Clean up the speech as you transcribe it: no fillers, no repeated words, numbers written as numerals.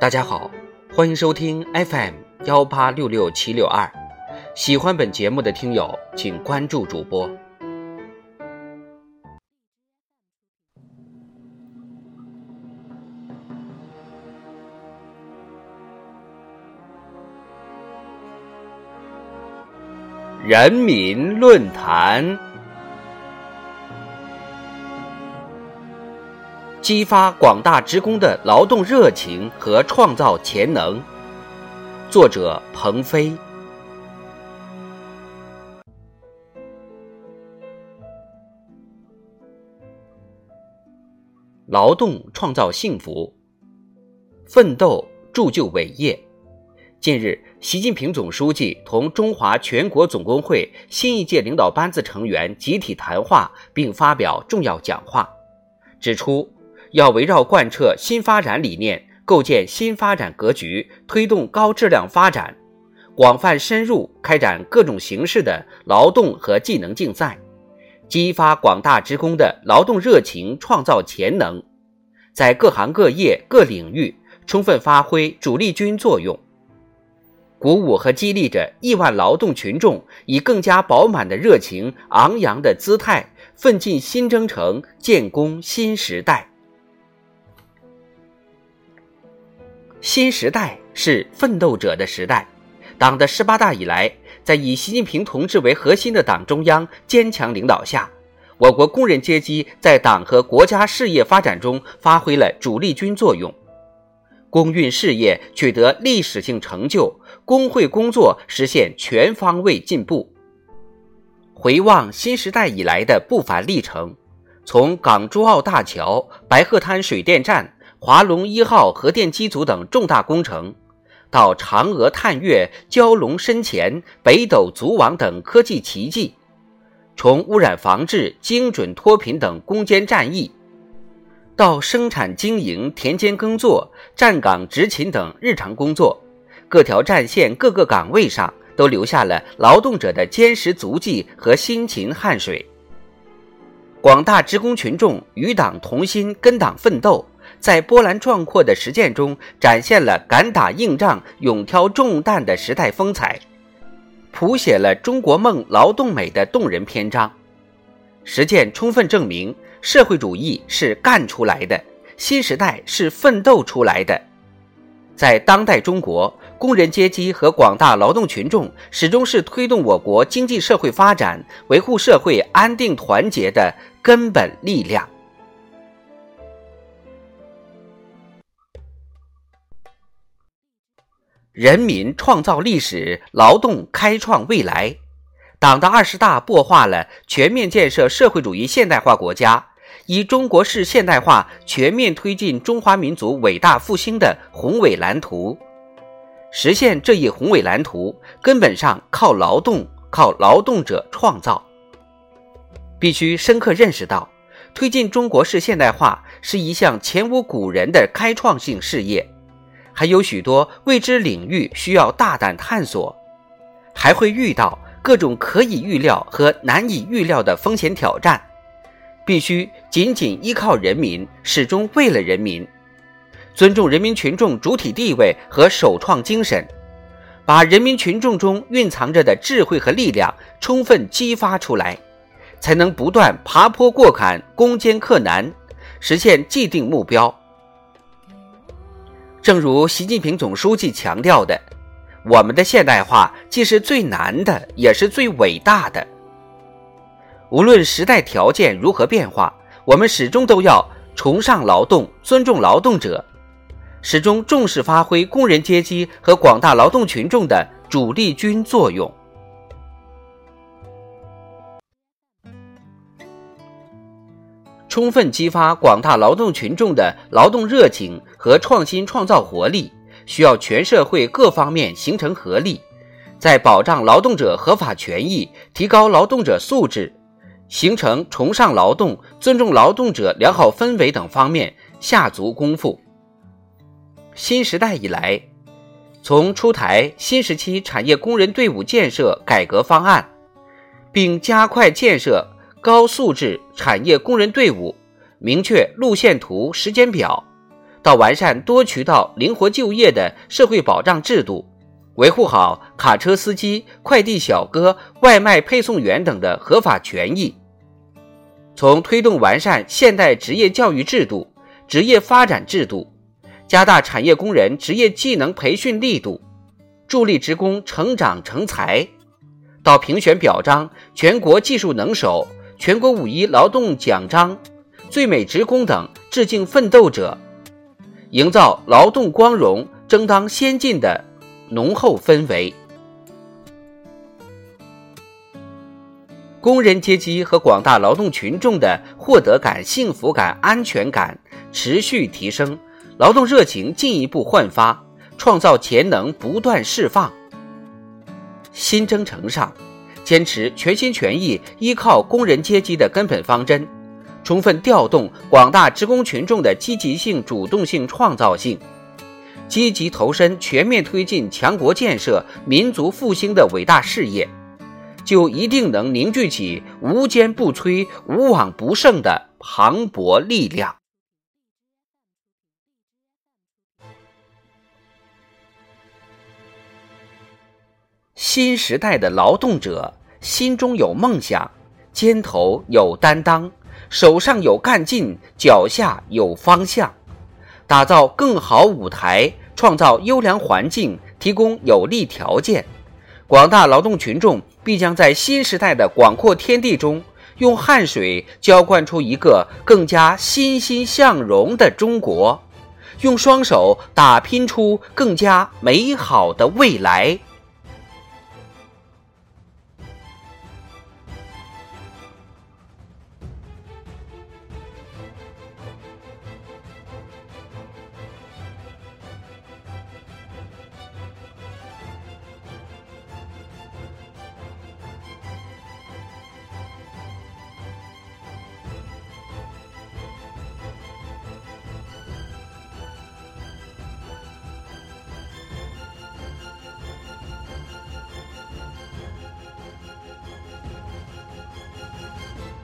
大家好，欢迎收听 FM1866762，喜欢本节目的听友请关注主播。人民论坛，激发广大职工的劳动热情和创造潜能。作者彭飞。劳动创造幸福，奋斗铸就伟业。近日，习近平总书记同中华全国总工会新一届领导班子成员集体谈话并发表重要讲话，指出要围绕贯彻新发展理念，构建新发展格局，推动高质量发展，广泛深入开展各种形式的劳动和技能竞赛，激发广大职工的劳动热情创造潜能，在各行各业各领域充分发挥主力军作用，鼓舞和激励着亿万劳动群众以更加饱满的热情、昂扬的姿态，奋进新征程，建功新时代。新时代是奋斗者的时代。党的18大以来，在以习近平同志为核心的党中央坚强领导下，我国工人阶级在党和国家事业发展中发挥了主力军作用，工运事业取得历史性成就，工会工作实现全方位进步。回望新时代以来的不凡历程，从港珠澳大桥、白鹤滩水电站、华龙1号核电机组等重大工程，到嫦娥探月、蛟龙深潜、北斗组网等科技奇迹，从污染防治、精准脱贫等攻坚战役，到生产经营、田间耕作、站岗执勤等日常工作，各条战线各个岗位上都留下了劳动者的坚实足迹和辛勤汗水。广大职工群众与党同心，跟党奋斗，在波澜壮阔的实践中展现了敢打硬仗、勇挑重担的时代风采，谱写了中国梦、劳动美的动人篇章。实践充分证明，社会主义是干出来的，新时代是奋斗出来的。在当代中国，工人阶级和广大劳动群众始终是推动我国经济社会发展、维护社会安定团结的根本力量。人民创造历史，劳动开创未来。党的20大擘画了全面建设社会主义现代化国家，以中国式现代化全面推进中华民族伟大复兴的宏伟蓝图。实现这一宏伟蓝图，根本上靠劳动，靠劳动者创造。必须深刻认识到，推进中国式现代化是一项前无古人的开创性事业，还有许多未知领域需要大胆探索，还会遇到各种可以预料和难以预料的风险挑战，必须紧紧依靠人民，始终为了人民，尊重人民群众主体地位和首创精神，把人民群众中蕴藏着的智慧和力量充分激发出来，才能不断爬坡过坎，攻坚克难，实现既定目标。正如习近平总书记强调的，我们的现代化既是最难的，也是最伟大的。无论时代条件如何变化，我们始终都要崇尚劳动，尊重劳动者，始终重视发挥工人阶级和广大劳动群众的主力军作用。充分激发广大劳动群众的劳动热情和创新创造活力，需要全社会各方面形成合力，在保障劳动者合法权益、提高劳动者素质、形成崇尚劳动、尊重劳动者良好氛围等方面下足功夫。新时代以来，从出台新时期产业工人队伍建设改革方案，并加快建设高素质产业工人队伍，明确路线图、时间表， 到完善多渠道灵活就业的社会保障制度，维护好卡车司机、快递小哥、外卖配送员等的合法权益。从推动完善现代职业教育制度、职业发展制度，加大产业工人职业技能培训力度，助力职工成长成才，到评选表彰全国技术能手、全国五一劳动奖章、最美职工等致敬奋斗者，营造劳动光荣、争当先进的浓厚氛围。工人阶级和广大劳动群众的获得感、幸福感、安全感持续提升，劳动热情进一步焕发，创造潜能不断释放。新征程上，坚持全心全意依靠工人阶级的根本方针，充分调动广大职工群众的积极性、主动性、创造性，积极投身全面推进强国建设、民族复兴的伟大事业，就一定能凝聚起无坚不摧、无往不胜的磅礴力量。新时代的劳动者心中有梦想，肩头有担当，手上有干劲，脚下有方向，打造更好舞台，创造优良环境，提供有利条件，广大劳动群众必将在新时代的广阔天地中，用汗水浇灌出一个更加欣欣向荣的中国，用双手打拼出更加美好的未来。